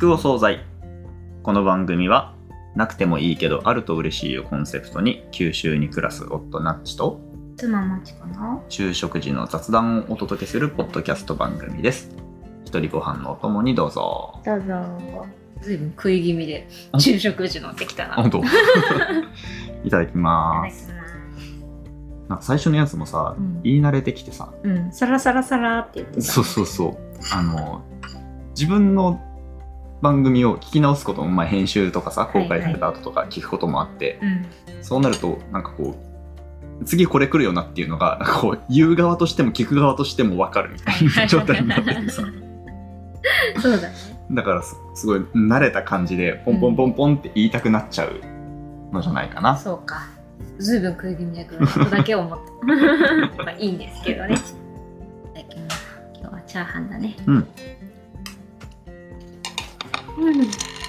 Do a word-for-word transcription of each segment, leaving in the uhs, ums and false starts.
くお惣菜。この番組はなくてもいいけどあると嬉しいをコンセプトに、九州に暮らす夫ナッチと妻マチコの昼食時の雑談をお届けするポッドキャスト番組です。一人ご飯のお供にどうぞ。 どうぞ。ずいぶん食い気味で昼食時のってきたな。 本当いただきまいただきます。 なんか最初のやつもさ、うん、言い慣れてきてさ、 うん、サラサラサラって言ってた。 そうそうそう。あの自分の番組を聞き直すことも、まあ、編集とかさ公開された後とか聞くこともあって、はいはい、うん、そうなるとなんかこう次これ来るよなっていうのがなんかこう言う側としても聞く側としても分かるみたいな状態になっててさそうだね。 だから す, すごい慣れた感じでポンポンポンポンって言いたくなっちゃうのじゃないかな、うん、 そうか。ずいぶん食い気味だけどことだけ思ったまあいいんですけどね。いただきます。今日はチャーハンだね。 うんうん、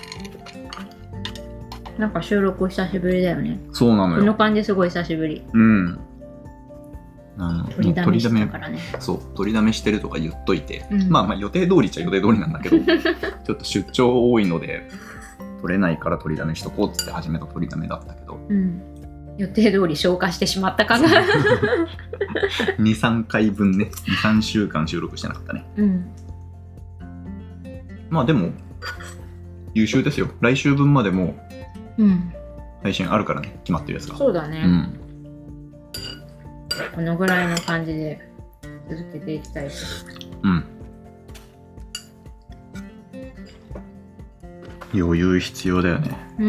なんか収録久しぶりだよね。 そうなのよ。 この感じすごい久しぶり。 うん。あの取りだめしたからね。 そう、取りだめしてるとか言っといて、 うん、 まあまあ予定通りっちゃ予定通りなんだけどちょっと出張多いので取れないから取りだめしとこうっつって始めた取りだめだったけど、 うん、予定通り消化してしまったかなにさんかいぶんね、にさんしゅうかん収録してなかったね。 うん、 まあでも優秀ですよ。来週分までも配信あるからね、決まってるやつが。 そうだね、 うん、 このぐらいの感じで続けていきたいです。 うん。余裕必要だよね。 うん。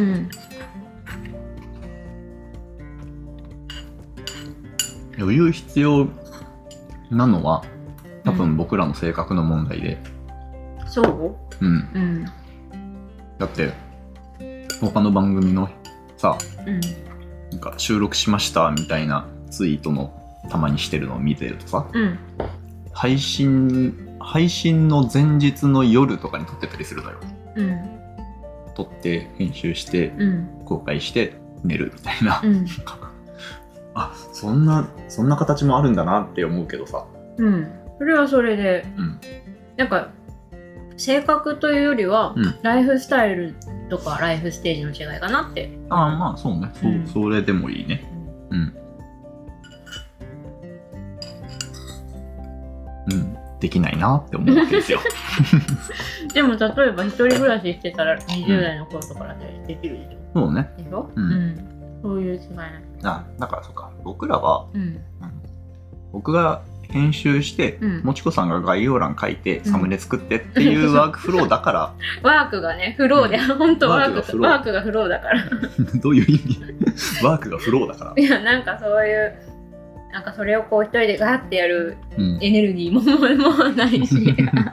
余裕必要なのは多分僕らの性格の問題で、 うん、そう？ うん、 うん、 だって他の番組のさ、 うん、 なんか収録しましたみたいなツイートのたまにしてるのを見てるとさ、 うん、 配信配信の前日の夜とかに撮ってたりするのよ、 うん、 撮って編集して、 うん、 公開して寝るみたいな、 うん、 あ、そんなそんな形もあるんだなって思うけどさ、 うん、それはそれで、 うん、 なんか性格というよりは、うん、ライフスタイルとかライフステージの違いかなって。 ああ、まあそうね、うん、そ, それでもいいね。うん、うん、できないなって思うわけですよでも例えば一人暮らししてたらにじゅう代の頃とかだったりできるでしょ。 そうね。 でしょ、 うんうん、そういう違いない。 あ、だからそうか、僕らは、 うんうん、 僕が編集して、うん、もちこさんが概要欄書いて、うん、サムネ作ってっていうワークフローだからワークがねフローで、うん、本当ワークワークがフローだからどういう意味ワークがフローだから。 いや、なんかそういうなんかそれをこう一人でガーってやるエネルギーも、うん、もうないし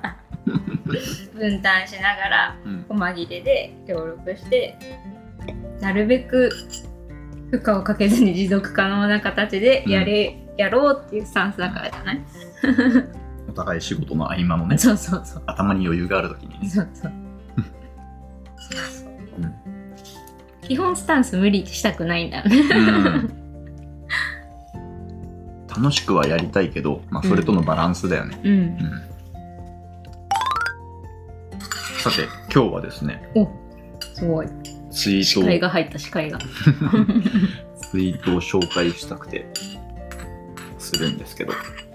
分担しながら細切れで協力して、なるべく負荷をかけずに持続可能な形でやれ、うん、やろうっていうスタンスだからじゃないお互い仕事の合間のね、 そうそうそう、 頭に余裕があるときにね、 そうそうそうそう、うん、基本スタンス無理したくないんだよね、うん、 楽しくはやりたいけど、まあ、それとのバランスだよね、 うんうん、 さて今日はですね、 お、すごいツイート視界が入った視界がツイートを紹介したくてするんですけど、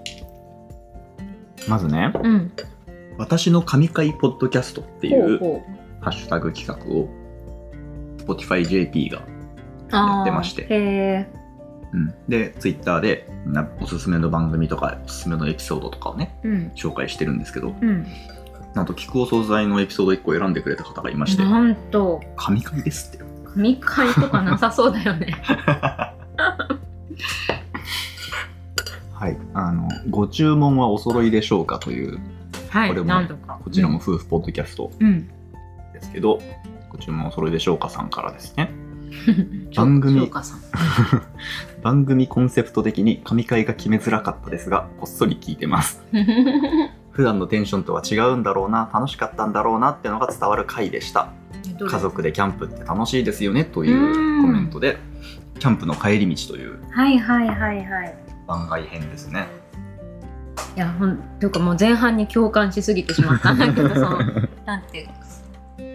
まずね、うん、私の神回ポッドキャストっていうほうほうハッシュタグ企画を Spotify ジェーピー がやってまして、 へー、うん、で Twitter でなおすすめの番組とかおすすめのエピソードとかをね、うん、紹介してるんですけど、うん、なんと聞くお惣菜のエピソードいっこ選んでくれた方がいまして、 なんと神回ですって。 神回とかなさそうだよねはい、あのご注文はお揃いでしょうかという、 はい、 これも何度かこちらも夫婦ポッドキャストですけど、うん、ご注文お揃いでしょうかさんからですね番組番組コンセプト的に神回が決めづらかったですがこっそり聞いてます普段のテンションとは違うんだろうな、楽しかったんだろうなってのが伝わる回でした。家族でキャンプって楽しいですよねというコメントで、キャンプの帰り道というはいはいはいはい番外編ですね。 いや、ほんというかもう前半に共感しすぎてしまったんだけどそのなんていう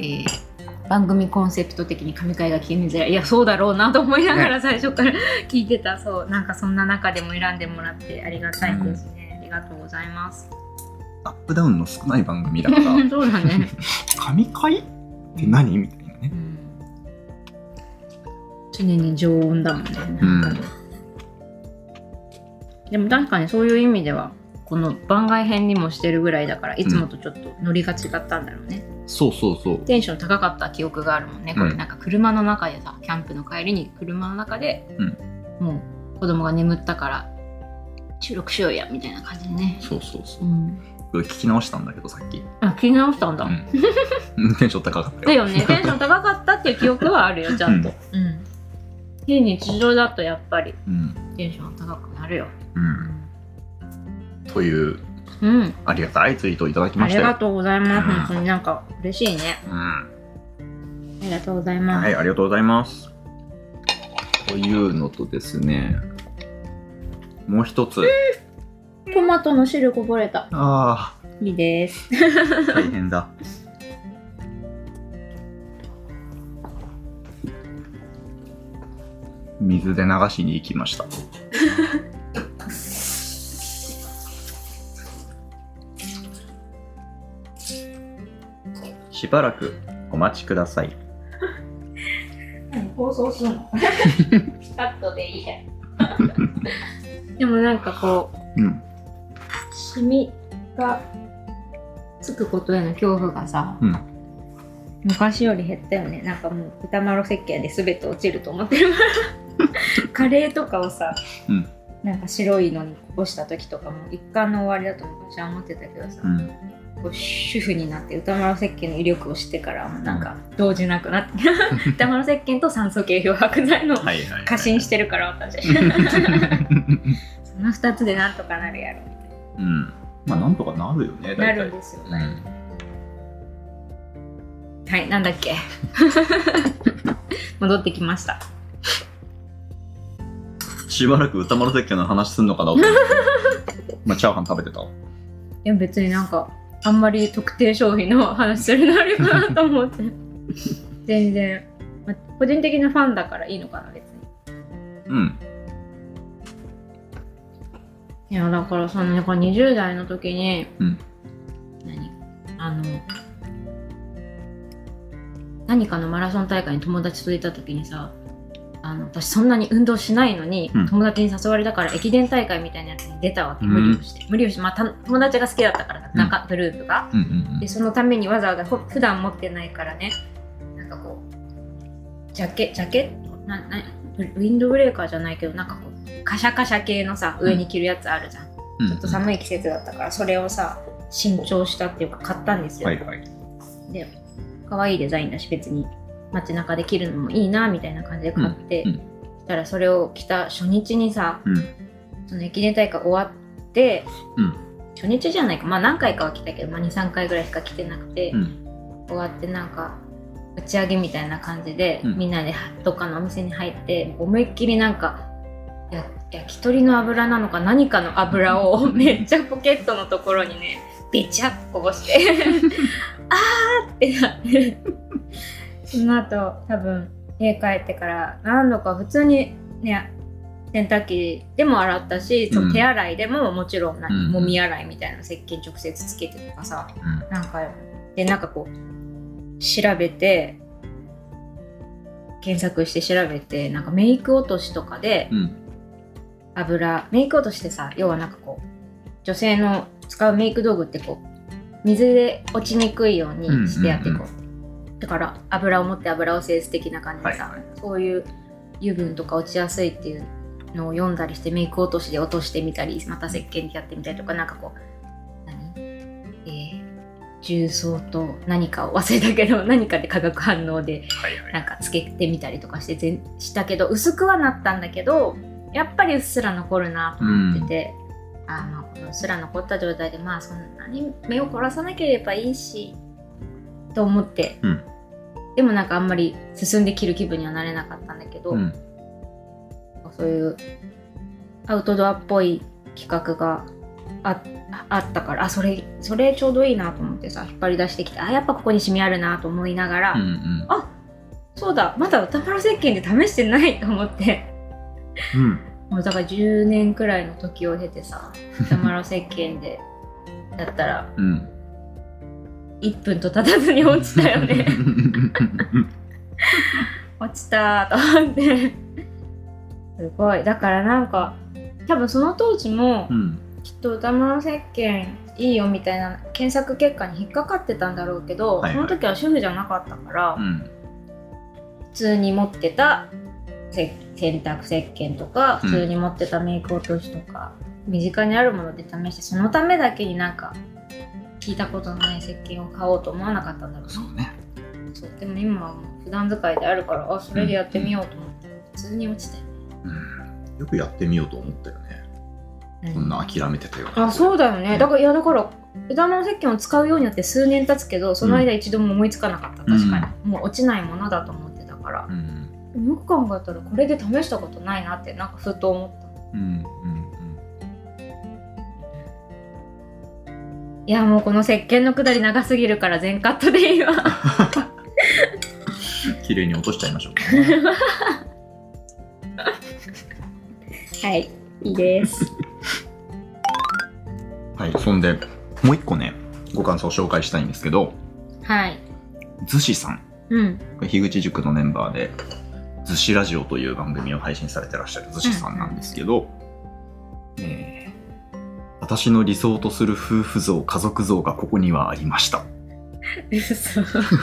ー、番組コンセプト的に神回が決めづらい、いやそうだろうなと思いながら最初から聞いてた。そうなんかそんな中でも選んでもらってありがたいですね、うん、ありがとうございます。 アップダウンの少ない番組だからそうだね神回って何みたいなね、うん、 常に常温だもんね、うん、でも確かにそういう意味ではこの番外編にもしてるぐらいだからいつもとちょっとノリが違ったんだろうね、 うん、そうそうそう、 テンション高かった記憶があるもんねこれ、うん、なんか車の中でさ、キャンプの帰りに車の中で、うん、もう子供が眠ったから収録しようやみたいな感じでね。 そうそうそう、うん、聞き直したんだけどさっき。 あ、聞き直したんだ、 うん、テンション高かったよ。 だよね、テンション高かったっていう記憶はあるよちゃんと、うんうん、非日常だとやっぱり、うん、テンション高くなるよ、うんという、うん、ありがたいツイートをいただきましたよ。 ありがとうございます、うん、本当になんか嬉しいね、うん、ありがとうございます。 はい、ありがとうございます。というのとですね、もう一つ、 うん、トマトの汁こぼれた。 あいいです大変だ水で流しに行きましたしばらくお待ちください。 放送するのカットでいいやでもなんかこう、うん、シミがつくことへの恐怖がさ、うん、昔より減ったよね。なんかもう歌丸石鹸で全て落ちると思ってるカレーとかをさ、うん、なんか白いのにこぼした時とかも一貫の終わりだと昔は思ってたけどさ、うん、こう主婦になって歌丸石鹸の威力を知ってからなんか動じなくなって歌丸石鹸と酸素系漂白剤の過信してるから私そのふたつでなんとかなるやろみたいな、 うん、まあなんとかなるよね。 なるんですよね、うん、はい、なんだっけ戻ってきました。 しばらく歌丸石鹸の話すんのかなと思ってまあチャーハン食べてた。いや別になんかあんまり特定商品の話するのあれかなと思って全然、まあ、個人的なファンだからいいのかな別に。うん。いやだからそのなんかにじゅう代の時に、うん、何あの何かのマラソン大会に友達といた時にさ、あの私そんなに運動しないのに、うん、友達に誘われたから駅伝大会みたいなやつに出たわけ、うん、無理をして無理をして、まあ、友達が好きだったから、うん、なんかグループが、うんうんうん、でそのためにわざわざ普段持ってないからね、なんかこうジャケジャケななウィンドブレーカーじゃないけどなんかこうカシャカシャ系のさ上に着るやつあるじゃん、うん、ちょっと寒い季節だったからそれをさ新調したっていうか買ったんですよ、はいはい、で可愛いデザインだし別に街中で着るのもいいなみたいな感じで買って、うんうん、したらそれを着た初日にさ、うん、その駅伝大会終わって、うん、初日じゃないか、まあ何回かは着たけど、まあ、にさんかいぐらいしか着てなくて、うん、終わってなんか打ち上げみたいな感じで、うん、みんなでどっかのお店に入って思いっきりなんかや焼き鳥の油なのか何かの油をめっちゃポケットのところにねビチャッこぼしてあーってなってその後多分家帰ってから何度か普通にね洗濯機でも洗ったし、その手洗いでももちろん何、うん、もみ洗いみたいな石鹸直接つけてとかさ、うん、なんかでなんかこう調べて検索して調べてなんかメイク落としとかで、うん、油メイク落としってさ要はなんかこう女性の使うメイク道具ってこう水で落ちにくいようにしてやってこう、うんうんうん、だから油を持って油を制す的な感じでさ、はいはい、そういう油分とか落ちやすいっていうのを読んだりしてメイク落としで落としてみたりまた石鹸でやってみたりとかなんかこう何、えー、重曹と何かを忘れたけど何かで化学反応でなんかつけてみたりとかしてぜしたけど薄くはなったんだけどやっぱりうっすら残るなと思ってて、うん、あまあこのうっすら残った状態でまあそんなに目を凝らさなければいいしと思って、うん、でもなんかあんまり進んで着る気分にはなれなかったんだけど、うん、そういうアウトドアっぽい企画が あ, あったからあそれそれちょうどいいなと思っってさ引っ張り出してきて、あやっぱここにシミあるなと思いながら、 うんうん、 あそうだまだ歌丸石鹸で試してないと思って、うん、もうだからじゅうねんくらいの時を経てさ歌丸石鹸でやったら、うん、いっぷんと経たずに落ちたよね落ちたと思ってすごい。だからなんか多分その当時も、うん、きっと歌丸石鹸いいよみたいな検索結果に引っかかってたんだろうけど、はいはい、その時は主婦じゃなかったから、うん、普通に持ってた洗濯石鹸とか普通に持ってたメイク落としとか、うん、身近にあるもので試して、そのためだけになんか聞いたことのない石鹸を買おうと思わなかったんだろうね。 そうね。 そうでも今はもう普段使いであるから、あそれでやってみようと思って、うん、普通に落ちたよね、 うん、よくやってみようと思ったよね、うん、そんな諦めてたよあそうだよね、うん、だからいやだから歌丸石鹸を使うようになって数年経つけど、その間一度も思いつかなかった、うん、確かにもう落ちないものだと思ってたから、うん、よく考えたらこれで試したことないなってなんかふと思った、うんうんいやもうこの石鹸のくだり長すぎるから全カットでいいわ綺麗に落としちゃいましょうはいいいですはい、そんでもう一個ねご感想を紹介したいんですけど、 はいずしさん、 うん、 樋口塾のメンバーでずしラジオという番組を配信されてらっしゃるずしさんなんですけど、うん、えー私の理想とする夫婦像、家族像がここにはありました。 嘘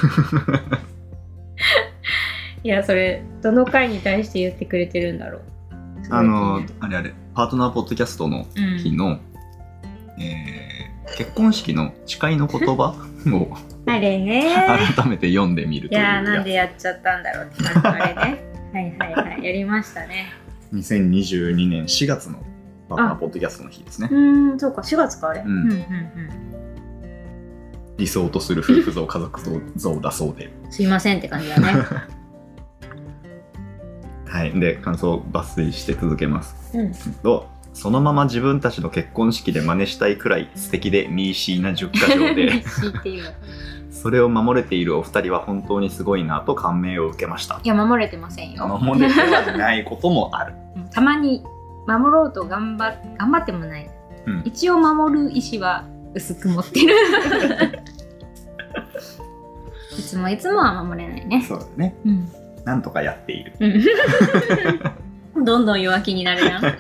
いや、それ、どの回に対して言ってくれてるんだろう。 あの、あれあれ、パートナーポッドキャストの日の、うんえー、結婚式の誓いの言葉をあれね改めて読んでみるという。 いやー、なんでやっちゃったんだろうって感じあれね。はいはいはい、やりましたね。 にせんにじゅうにねんしがつのパートナーポッドキャストの日ですね。 うーん、そうか、しがつかあれ。 うんうんうんうん、理想とする夫婦像、家族像だそうで。 すいませんって感じだね。 はい、で感想を抜粋して続けます。 うん、 とそのまま自分たちの結婚式で真似したいくらい素敵でミーシーなじゅっかしょうでそれを守れているお二人は本当にすごいなと感銘を受けました。 いや守れてませんよ。 守れてはないこともある。 たまに守ろうと頑張頑張ってもない、うん、一応守る意志は薄く持ってる。いつもいつもは守れないね。 そうだね、うん、なんとかやっている。 どんどん弱気になるな。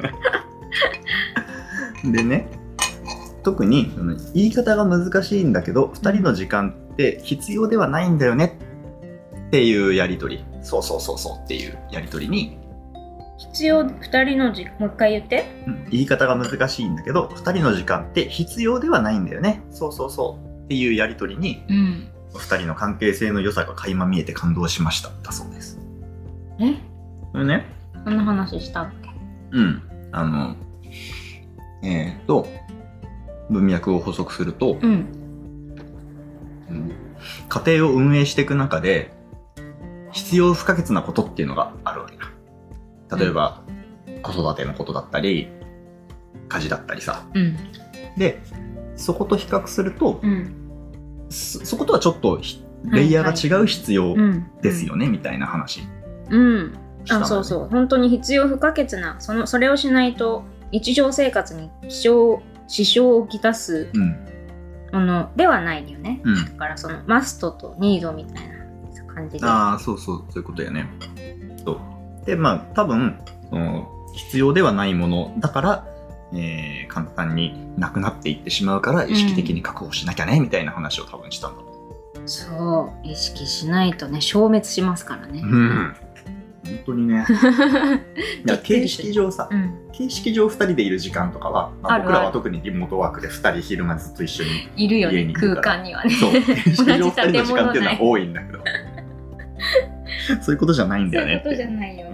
でね、特にその言い方が難しいんだけどふたりの時間って必要ではないんだよねっていうやり取り、そうそうそうそうっていうやり取りに必要ふたりの時間、もう一回言って、 うん、言い方が難しいんだけどふたりの時間って必要ではないんだよね、そうそうそうっていうやり取りに、うん、ふたりの関係性の良さが垣間見えて感動しましただそうです。 えこれね、 そんな話したっけ？ うんあのえー、と文脈を補足すると、うんうん、家庭を運営していく中で必要不可欠なことっていうのがあるわけだ。例えば、うん、子育てのことだったり家事だったりさ、うん、でそこと比較すると、うん、そ, そことはちょっとレイヤーが違う必要ですよね、みたいな話、 うん、あそうそう本当に必要不可欠な そ, のそれをしないと日常生活に支障、支障をきたすものではないよね、うん、だからそのマストとニードみたいな感じで、 ああそうそうそういうことやね。そうでまあ多分その必要ではないものだから、えー、簡単になくなっていってしまうから意識的に確保しなきゃね、うん、みたいな話を多分したんだと。 そう意識しないとね消滅しますからね、 うん本当にね。いや形式上さ、うん、形式上ふたりでいる時間とかは、まあ、僕らは特にリモートワークでふたり昼間ずっと一緒にいるよね、空間にはね。 そう形式上ふたりの時間っていうのは多いんだけどそういうことじゃないんだよねって。 そういうことじゃないよ、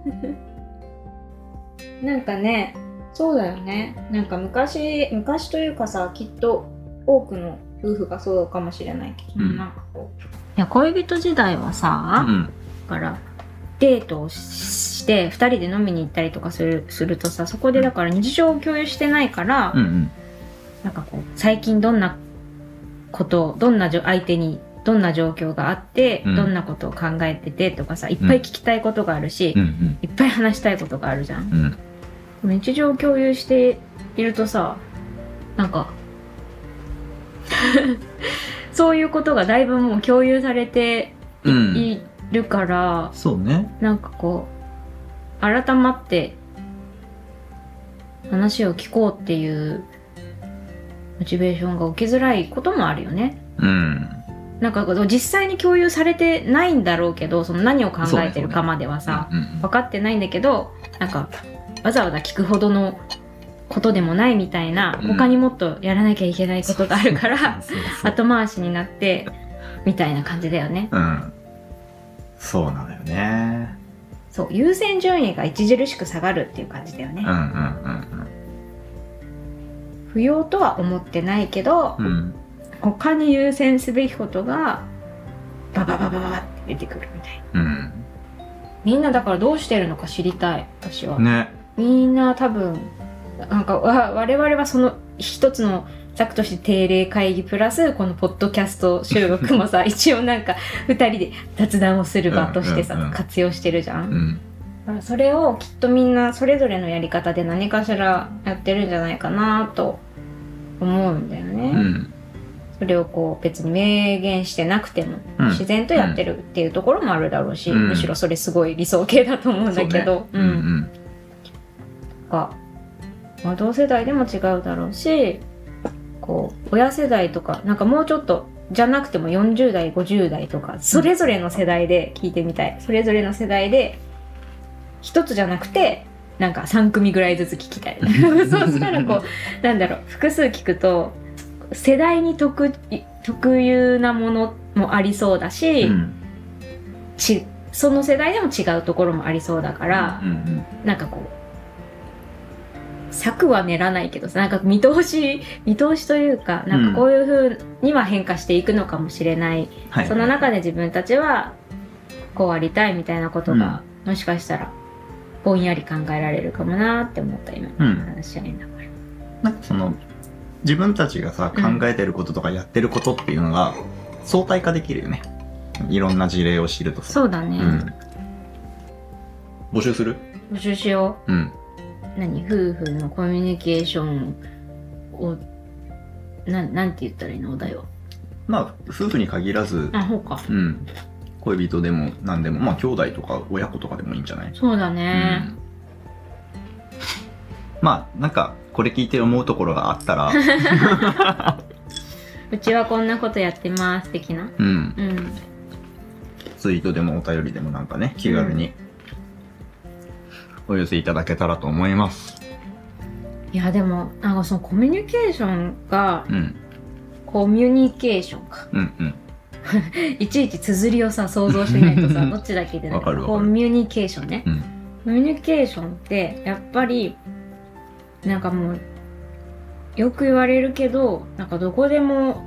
うん、なんかねそうだよね。なんか昔昔というかさきっと多くの夫婦がそうかもしれないけど、うん、なんかこういや恋人時代はさ、うん、だからデートをしてふたりで飲みに行ったりとかする、するとさそこでだから日常を共有してないから、うんうん、なんかこう最近どんなことどんな相手にどんな状況があって、うん、どんなことを考えててとかさいっぱい聞きたいことがあるし、うんうん、いっぱい話したいことがあるじゃん、うん、日常を共有しているとさなんかそういうことがだいぶもう共有されて い,、うん、いるからそうねなんかこう改まって話を聞こうっていうモチベーションが起きづらいこともあるよね。 うん。 なんか実際に共有されてないんだろうけどその何を考えてるかまではさ、ねねうんうん、分かってないんだけどなんかわざわざ聞くほどのことでもないみたいな、うん、他にもっとやらなきゃいけないことがあるから後回しになってみたいな感じだよね。 うん。そうなのよね。 そう優先順位が著しく下がるっていう感じだよね。 うんうんうんうん不要とは思ってないけど、うん、他に優先すべきことがババババババって出てくるみたいな、うん、みんなだからどうしてるのか知りたい私は、 ね、 みんな多分なんか我々はその一つの策として定例会議プラスこのポッドキャスト収録もさ一応なんかふたりで雑談をする場としてさ、うんうんうん、活用してるじゃん、うんそれをきっとみんなそれぞれのやり方で何かしらやってるんじゃないかなと思うんだよね、うん、それをこう別に明言してなくても自然とやってるっていうところもあるだろうし、うん、むしろそれすごい理想形だと思うんだけど、うんうん、か、まあ、同世代でも違うだろうしこう親世代とかなんかもうちょっとじゃなくてもよんじゅう代ごじゅう代とかそれぞれの世代で聞いてみたい。それぞれの世代で一つじゃなくてなんかさん組ぐらいずつ聞きたいそうしたらこうなんだろう複数聞くと世代に 特, 特有なものもありそうだし、うん、ちその世代でも違うところもありそうだから、うんうん、なんかこう策は練らないけどさなんか見通し見通しというかなんかこういう風には変化していくのかもしれない、うん、その中で自分たちはこうありたいみたいなことが、うん、もしかしたらぼんやり考えられるかもなって思った今、うん、話し合いながらなんかその自分たちがさ考えてることとかやってることっていうのが相対化できるよね。いろんな事例を知るとさそうだね、うん、 募集する募集しよう、うん、 何夫婦のコミュニケーションをななんて言ったらいいのお題はまあ夫婦に限らずあそうか、 うん恋人でも何でもまあ兄弟とか親子とかでもいいんじゃない？ そうだね、うん、 まあなんかこれ聞いて思うところがあったらうちはこんなことやってます的な、 うん、うん、ツイートでもお便りでもなんかね気軽にお寄せいただけたらと思います、 うん、いやでもなんかそのコミュニケーションが、うん、コミュニケーションかうんうんいちいち綴りをさ想像しないとさどっちだけでないかコミュニケーションね、うん、コミュニケーションってやっぱりなんかもうよく言われるけどなんかどこでも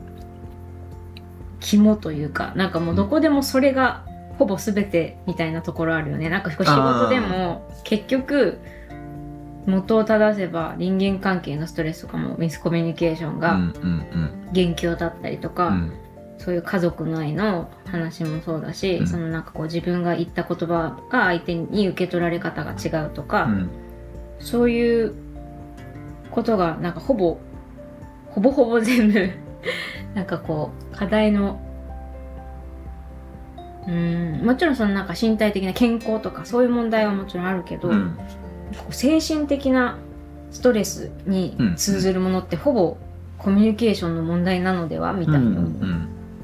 肝というかなんかもうどこでもそれがほぼ全てみたいなところあるよね。なんか仕事でも結局元を正せば人間関係のストレスとかもミスコミュニケーションが元凶だったりとか、うんうんうんそういう家族の愛の話もそうだし、うん、そのなんかこう自分が言った言葉が相手に受け取られ方が違うとか、うん、そういうことがなんかほぼほぼほぼ全部なんかこう課題のうーんもちろんそのなんか身体的な健康とかそういう問題はもちろんあるけど、うん、精神的なストレスに通ずるものってほぼコミュニケーションの問題なのではみたいな、うんうん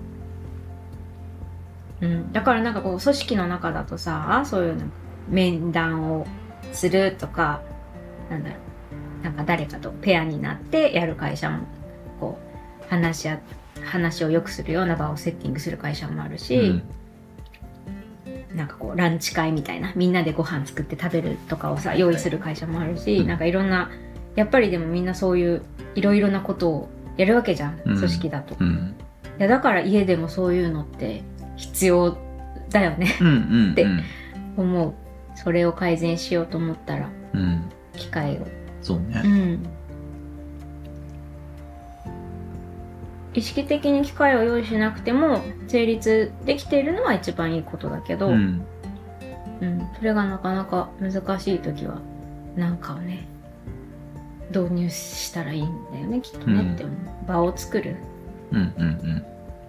うん、だからなんかこう組織の中だとさそういうの面談をするとかなんだろうなんか誰かとペアになってやる会社もこう話し合話をよくするような場をセッティングする会社もあるし、うん、なんかこうランチ会みたいなみんなでご飯作って食べるとかをさ用意する会社もあるし、うん、なんかいろんなやっぱりでもみんなそういういろいろなことをやるわけじゃん、うん、組織だと、うん、いやだから家でもそういうのって必要だよねって思う。それを改善しようと思ったら、うん、機会をそうね、 うん、 意識的に機会を用意しなくても成立できているのは一番いいことだけど、うんうん、それがなかなか難しい時はなんかをね導入したらいいんだよねきっとね、うん、って思う。場を作る。 うんうんうん。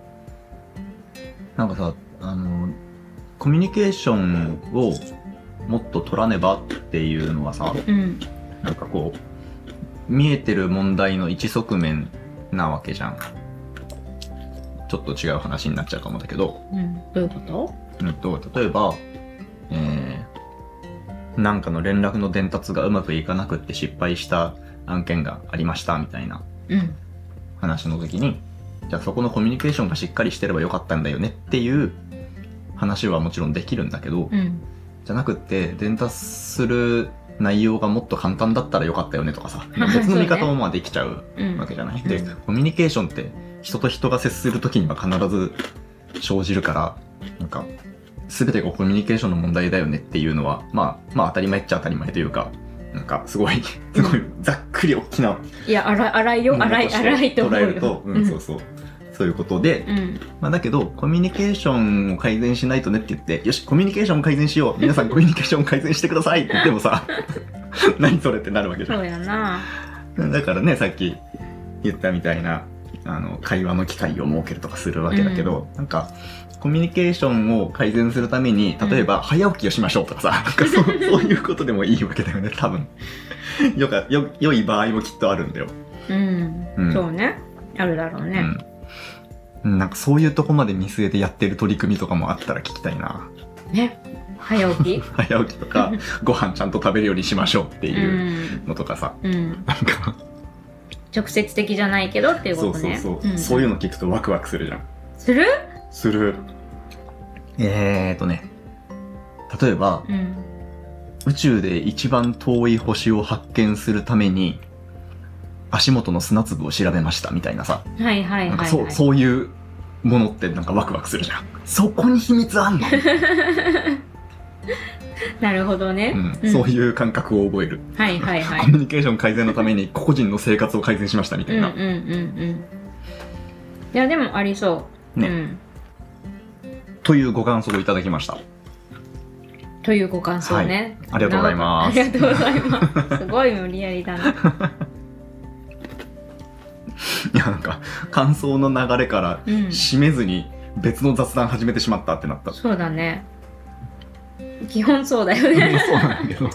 なんかさ、あのコミュニケーションをもっと取らねばっていうのはさ、うん、なんかこう見えてる問題の一側面なわけじゃん。ちょっと違う話になっちゃうかもだけど、 うん、どういうこと？ うんと例えば、えー、なんかの連絡の伝達がうまくいかなくって失敗した案件がありましたみたいな話の時に、うん、じゃあそこのコミュニケーションがしっかりしてればよかったんだよねっていう話はもちろんできるんだけど、うん、じゃなくって伝達する内容がもっと簡単だったらよかったよねとかさ、別の見方もまあできちゃうわけじゃない、ね、で、うん、コミュニケーションって人と人が接する時には必ず生じるから、なんか全てがコミュニケーションの問題だよねっていうのはまあまあ当たり前っちゃ当たり前というか、なんかすごいすごいざっくり大きな、 いや荒い荒いよ荒い荒いと思うよ。捉えると、うん、そうそう。 そういうことで、うん、まあ、だけどコミュニケーションを改善しないとねって言って、よしコミュニケーションを改善しよう、皆さんコミュニケーションを改善してくださいって言ってもさ何それってなるわけじゃん。 そうやな。 だからね、さっき言ったみたいなあの会話の機会を設けるとかするわけだけど、うん、なんかコミュニケーションを改善するために例えば、うん、早起きをしましょうとかさ、なんか そ, そういうことでもいいわけだよね多分よかよ良い場合もきっとあるんだよ。 うん、うん、そうね、あるだろうね。 うん、なんかそういうとこまで見据えてやってる取り組みとかもあったら聞きたいな。 ね、早起き早起きとかご飯ちゃんと食べるようにしましょうっていうのとかさ、うん、なんか直接的じゃないけどっていうことね。 そうそうそう、うん、そういうの聞くとワクワクするじゃん。 する？ する。えーとね、例えば、うん、宇宙で一番遠い星を発見するために足元の砂粒を調べましたみたいなさ、 はいはいはい、はい、 なんかそう、そういうものってなんかワクワクするじゃん。そこに秘密あんのなるほどね、 うんうん、そういう感覚を覚える。 はいはいはい。 コミュニケーション改善のために個々人の生活を改善しましたみたいな。 うんうんうんうん。いやでもありそうね、うん、 というご感想をいただきました。 というご感想ね、 はい、ありがとうございます。 ありがとうございますすごい無理やりだな。 いやなんか感想の流れから締めずに別の雑談始めてしまったってなった、うん、 そうだね、基本そうだよね。 そうなんだけど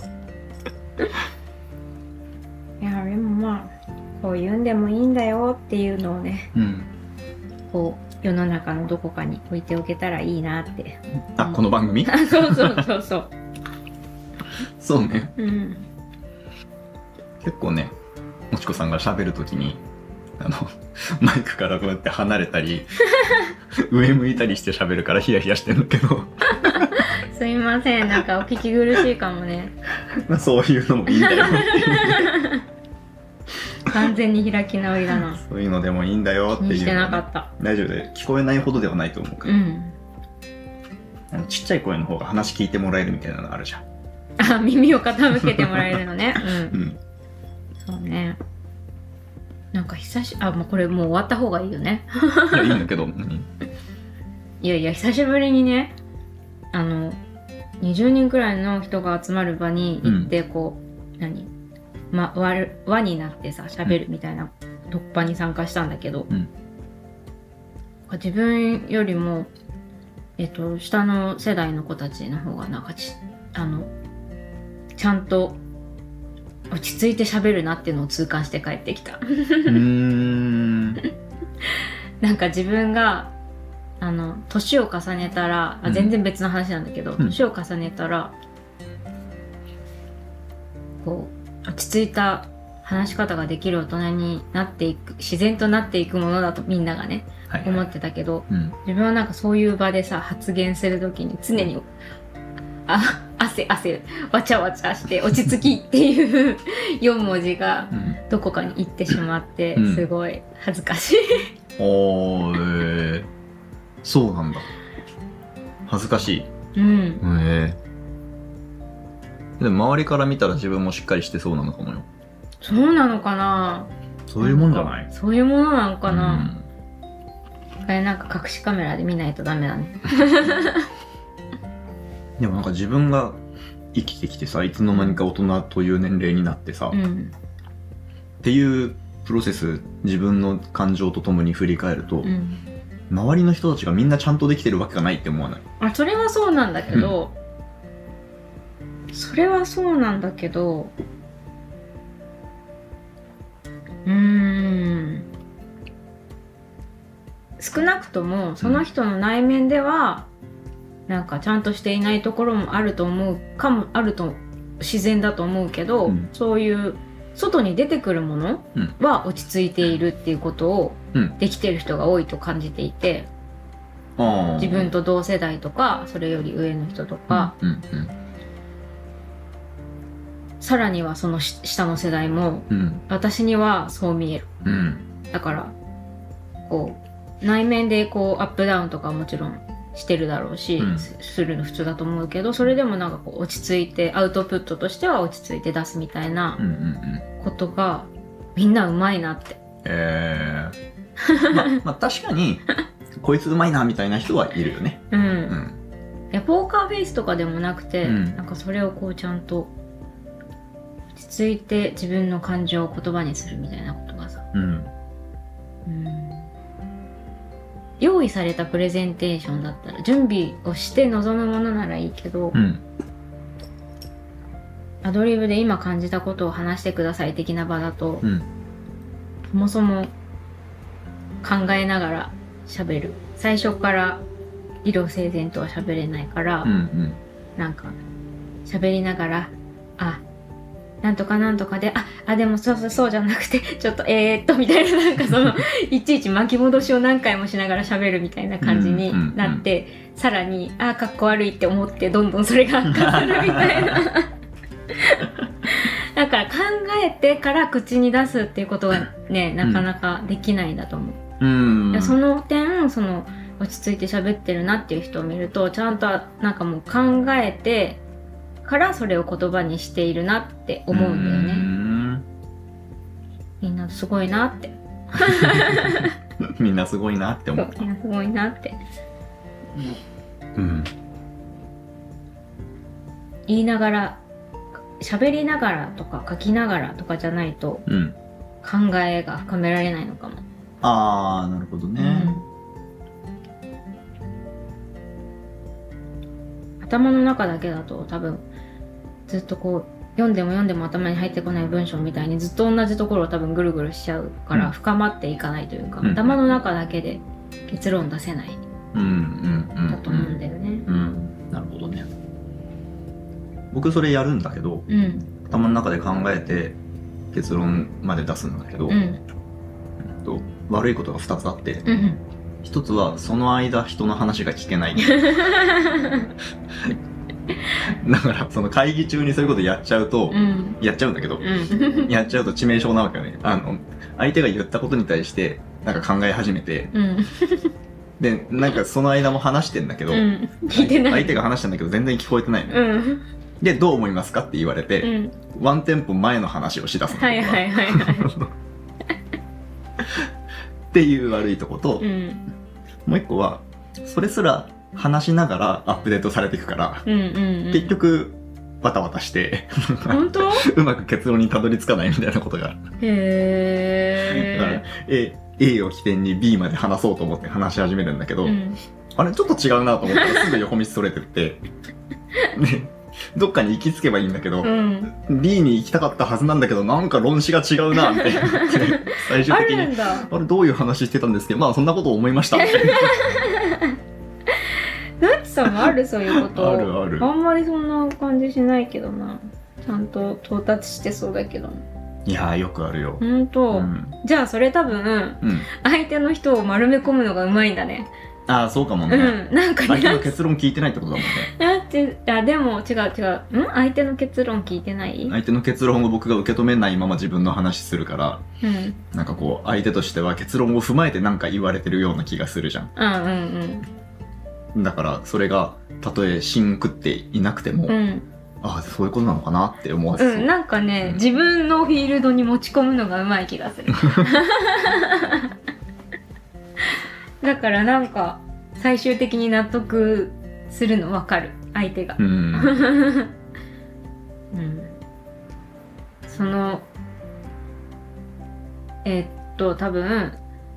いやでもまあこういうんでもいいんだよっていうのをね、うん、こう世の中のどこかに置いておけたらいいなって。 あ、うん、この番組そうそうそうそうそうね、 うん、 結構ねもちこさんが喋るときにあのマイクからこうやって離れたり上向いたりして喋るからヒヤヒヤしてんだけどすいません、なんかお聞き苦しいかもね。 まあそういうのもいいんだよっていう完全に開き直りだな。 そういうのでもいいんだよっていう、ね、 してなかった。 大丈夫で聞こえないほどではないと思うから、うん、あのちっちゃい声の方が話聞いてもらえるみたいなのあるじゃん。 あ、耳を傾けてもらえるのね。うん、うん、そうね。なんか久しあもうこれもう終わった方がいいよね。 いやいいんだけど、うん、 いやいや久しぶりにね、あのにじゅうにんくらいの人が集まる場に行って、うん、こう何ま輪輪になってさ喋るみたいな突破に参加したんだけど、うん、自分よりもえっと下の世代の子たちの方がなんかちあのちゃんと落ち着いて喋るなっていうのを痛感して帰ってきた。うーんなんか自分があの年を重ねたら、あ全然別の話なんだけど、うん、年を重ねたらこう落ち着いた話し方ができる大人になっていく、自然となっていくものだとみんながね、はいはい、思ってたけど、うん、自分はなんかそういう場でさ発言するときに常にあ汗汗わちゃわちゃして落ち着きっていうよん文字がどこかに行ってしまって、うん、すごい恥ずかしい。 おー、えー、そうなんだ。恥ずかしい。 うん。 えー、でも周りから見たら自分もしっかりしてそうなのかもよ。 そうなのかな。 そういうもんじゃない？ そういうものなのかな。 これなんか隠しカメラで見ないとダメだね。 でもなんか自分が生きてきてさ、いつの間にか大人という年齢になってさ、うん、っていうプロセス、自分の感情とともに振り返ると、うん、周りの人たちがみんなちゃんとできてるわけがないって思わない？ あ、それはそうなんだけど、うん、それはそうなんだけど、うーん、少なくともその人の内面では、うん、なんかちゃんとしていないところもあると思うかも、あると自然だと思うけど、うん、そういう外に出てくるものは落ち着いているっていうことをできてる人が多いと感じていて、うん、自分と同世代とかそれより上の人とか、うんうんうん、さらにはその下の世代も、うん、私にはそう見える、うん、だからこう内面でこうアップダウンとかはもちろんしてるだろうし、うん、するの普通だと思うけど、それでもなんかこう落ち着いてアウトプットとしては落ち着いて出すみたいなことがみんなうまいなって。 えー、ま, まあ確かにこいつうまいなみたいな人はいるよね。うん、うん、 いやポーカーフェイスとかでもなくて、うん、なんかそれをこうちゃんと落ち着いて自分の感情を言葉にするみたいなことがさ、うん、うん用意されたプレゼンテーションだったら準備をして臨むものならいいけど、うん、アドリブで今感じたことを話してください的な場だと、うん、そもそも考えながら喋る、最初から理路整然とは喋れないから、うんうん、なんか喋りながらあなんとかなんとかで、あ、あ、でもそうそうそうじゃなくて、ちょっとえーっとみたいな、なんかその、いちいち巻き戻しを何回もしながら喋るみたいな感じになって、うんうんうん、さらに、あ、かっこ悪いって思って、どんどんそれが悪化するみたいな。だから考えてから口に出すっていうことがね、なかなかできないんだと思う。うん、その点、その、落ち着いて喋ってるなっていう人を見ると、ちゃんとなんかもう考えて、からそれを言葉にしているなって思うんだよね。んみんなすごいなってみんなすごいなって思う。 みんなすごいなって、うん、言いながら喋りながらとか書きながらとかじゃないと、うん、考えが深められないのかも。 あー、なるほどね、 うん、頭の中だけだと多分ずっとこう読んでも読んでも頭に入ってこない文章みたいにずっと同じところを多分ぐるぐるしちゃうから深まっていかないというか、うん、頭の中だけで結論出せない、うんうんうん、だと思うんだよね、うん、 なるほどね。僕それやるんだけど、うん、頭の中で考えて結論まで出すんだけど、うん、と悪いことがふたつあって、うんうん、ひとつはその間人の話が聞けないだからその会議中にそういうことやっちゃうと、うん、やっちゃうんだけど、うん、やっちゃうと致命傷なわけよね。あの相手が言ったことに対してなんか考え始めて、うん、でなんかその間も話してんだけど、うん、聞いてない、相手が話したんだけど全然聞こえてないの、うん、でどう思いますかって言われて、うん、ワンテンポ前の話をしだすのはいはいはいはいっていう悪いとこと、うん、もう一個はそれすら話しながらアップデートされていくから、うんうんうん、結局バタバタして本当うまく結論にたどり着かないみたいなことがある。へー。だから A, A を起点に B まで話そうと思って話し始めるんだけど、うん、あれちょっと違うなと思ったらすぐ横道それてってでどっかに行き着けばいいんだけど、うん、B に行きたかったはずなんだけどなんか論旨が違うなって最終的に あ, あれどういう話してたんですけど、まあそんなことを思いましたみたいなナッチさんもあるそういうことあるある。 あんまりそんな感じしないけどな。ちゃんと到達してそうだけど。 いやーよくあるよ。 ほんと、うん、じゃあそれ多分、うん、相手の人を丸め込むのがうまいんだね。 ああそうかもね、うん、なんかね相手の結論聞いてないってことだもんね。 だってあでも違う違う、ん相手の結論聞いてない。 相手の結論を僕が受け止めないまま自分の話するから、うん、なんかこう相手としては結論を踏まえてなんか言われてるような気がするじゃん。うんうんうんだからそれがたとえ芯食っていなくても、うん、ああそういうことなのかなって思わせそう、 うん、なんかね、うん、自分のフィールドに持ち込むのがうまい気がするだからなんか最終的に納得するの分かる、相手が。うん、うん、そのえー、っと多分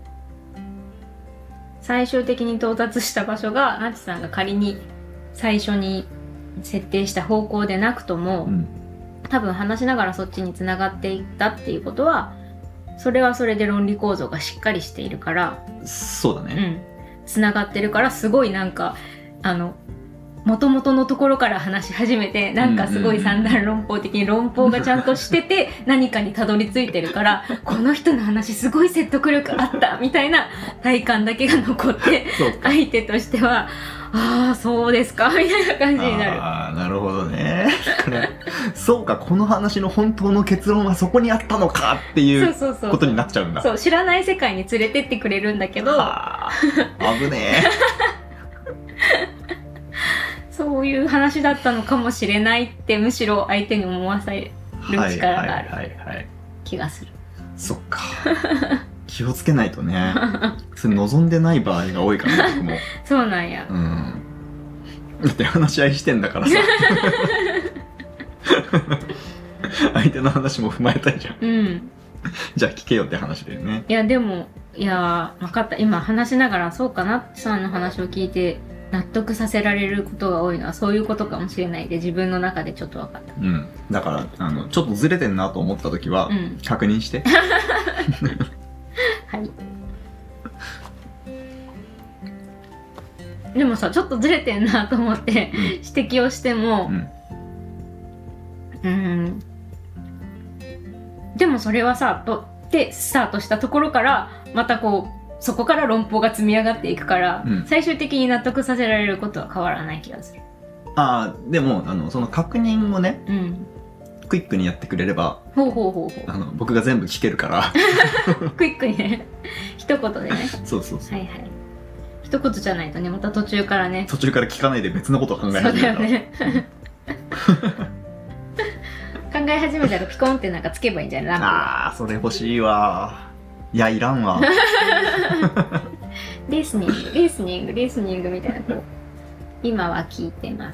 最終的に到達した場所がなちさんが仮に最初に設定した方向でなくとも、うん、多分話しながらそっちに繋がっていったっていうことは、それはそれで論理構造がしっかりしているから、 そうだね、 うん、繋がってるから、すごいなんかあの元々のところから話し始めて、なんかすごい三段論法的に論法がちゃんとしてて何かにたどり着いてるから、この人の話すごい説得力あったみたいな体感だけが残って、相手としてはああそうですかみたいな感じになる。 ああなるほどねそうか、この話の本当の結論はそこにあったのかっていうことになっちゃうんだ。 そう、知らない世界に連れてってくれるんだけど、 あ危ねえそういう話だったのかもしれないって、むしろ相手に思わせる力がある気がする。 そっか気をつけないとねそれ望んでない場合が多いからね僕もそうなんや、うん、 だって話し合いしてんだからさ相手の話も踏まえたいじゃん、うん、じゃあ聞けよって話だよね。 いやでもいや分かった、今話しながらそうかなってさんの話を聞いて納得させられることが多いのはそういうことかもしれないで、自分の中でちょっと分かった。 うん、だからあのちょっとずれてんなと思った時は、うん、確認してはいでもさ、ちょっとずれてんなと思って、うん、指摘をしても、うん、うんでもそれはさとでスタートしたところからまたこうそこから論法が積み上がっていくから、うん、最終的に納得させられることは変わらない気がする。 ああでもあのその確認をね、うん、クイックにやってくれれば、 ほうほうほうほう、 あの僕が全部聞けるからクイックにね一言でねそうそうそう、 はいはい、一言じゃないとね、また途中からね途中から聞かないで別のことを考え始めたら、そうだよね考え始めたらピコンってなんかつけばいいんじゃない？ ああそれ欲しいわ。いやいらんわリスニングリスニングリスニングみたいな、こう今は聞いてます。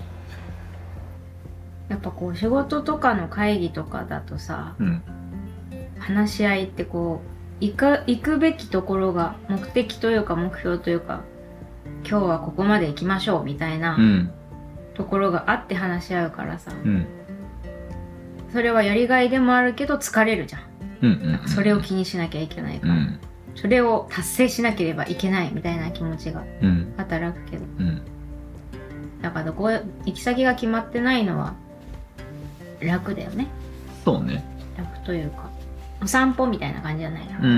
やっぱこう仕事とかの会議とかだとさ、うん、話し合いってこう行か行くべきところが目的というか目標というか、今日はここまで行きましょうみたいな、うん、ところがあって話し合うからさ、うん、それはやりがいでもあるけど疲れるじゃん。うんうんうんうん、それを気にしなきゃいけないから、うん、それを達成しなければいけないみたいな気持ちが働くけど、うん、だからこう行き先が決まってないのは楽だよね。 そうね、 楽というかお散歩みたいな感じじゃないの。 うんうんうん、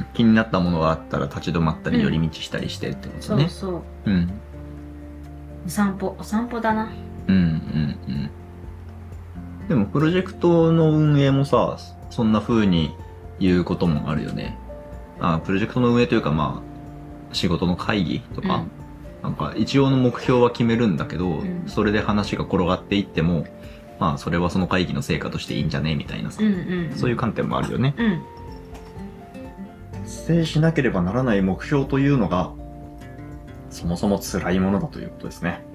気になったものがあったら立ち止まったり寄り道したりしてってことね、うん、 そうそう、うん、お散歩お散歩だな。うんうんうん。でもプロジェクトの運営もさそんな風に言うこともあるよね。あ、プロジェクトの運営というか、まあ仕事の会議とか、うん、なんか一応の目標は決めるんだけど、うん、それで話が転がっていっても、まあそれはその会議の成果としていいんじゃねみたいなさ、うんうんうん、そういう観点もあるよね。うん、達成しなければならない目標というのがそもそも辛いものだということですね。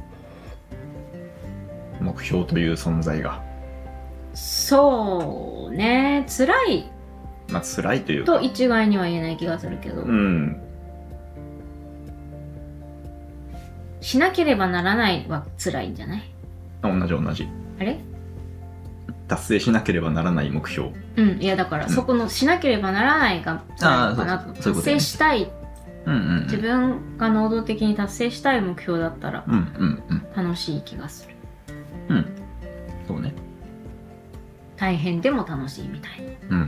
目標という存在が。 そうね、辛い、 まあ辛いというかと一概には言えない気がするけど、うん、しなければならないは辛いんじゃない？ 同じ同じ。 あれ？ 達成しなければならない目標。 うん、いやだから、うん、そこのしなければならないが辛いのかなと。達成したい、うんうんうん、自分が能動的に達成したい目標だったら、うんうんうん、楽しい気がする。 うん、そうね。 大変でも楽しいみたいな。うん。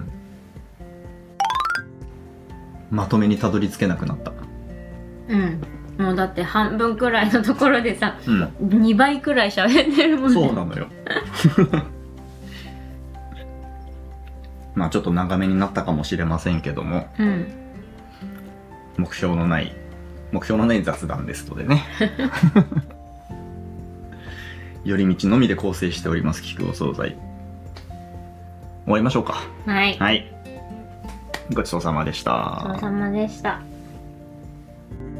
まとめにたどり着けなくなった。 うん。もうだって半分くらいのところでさ、うん、にばいくらい喋ってるもんね。 そうなのよ。まあちょっと長めになったかもしれませんけども、うん、目標のない目標のない雑談ですのでね。寄り道のみで構成しております菊お惣菜。終わりましょうか。 はい。 はい。ごちそうさまでした。 ごちそうさまでした。 した。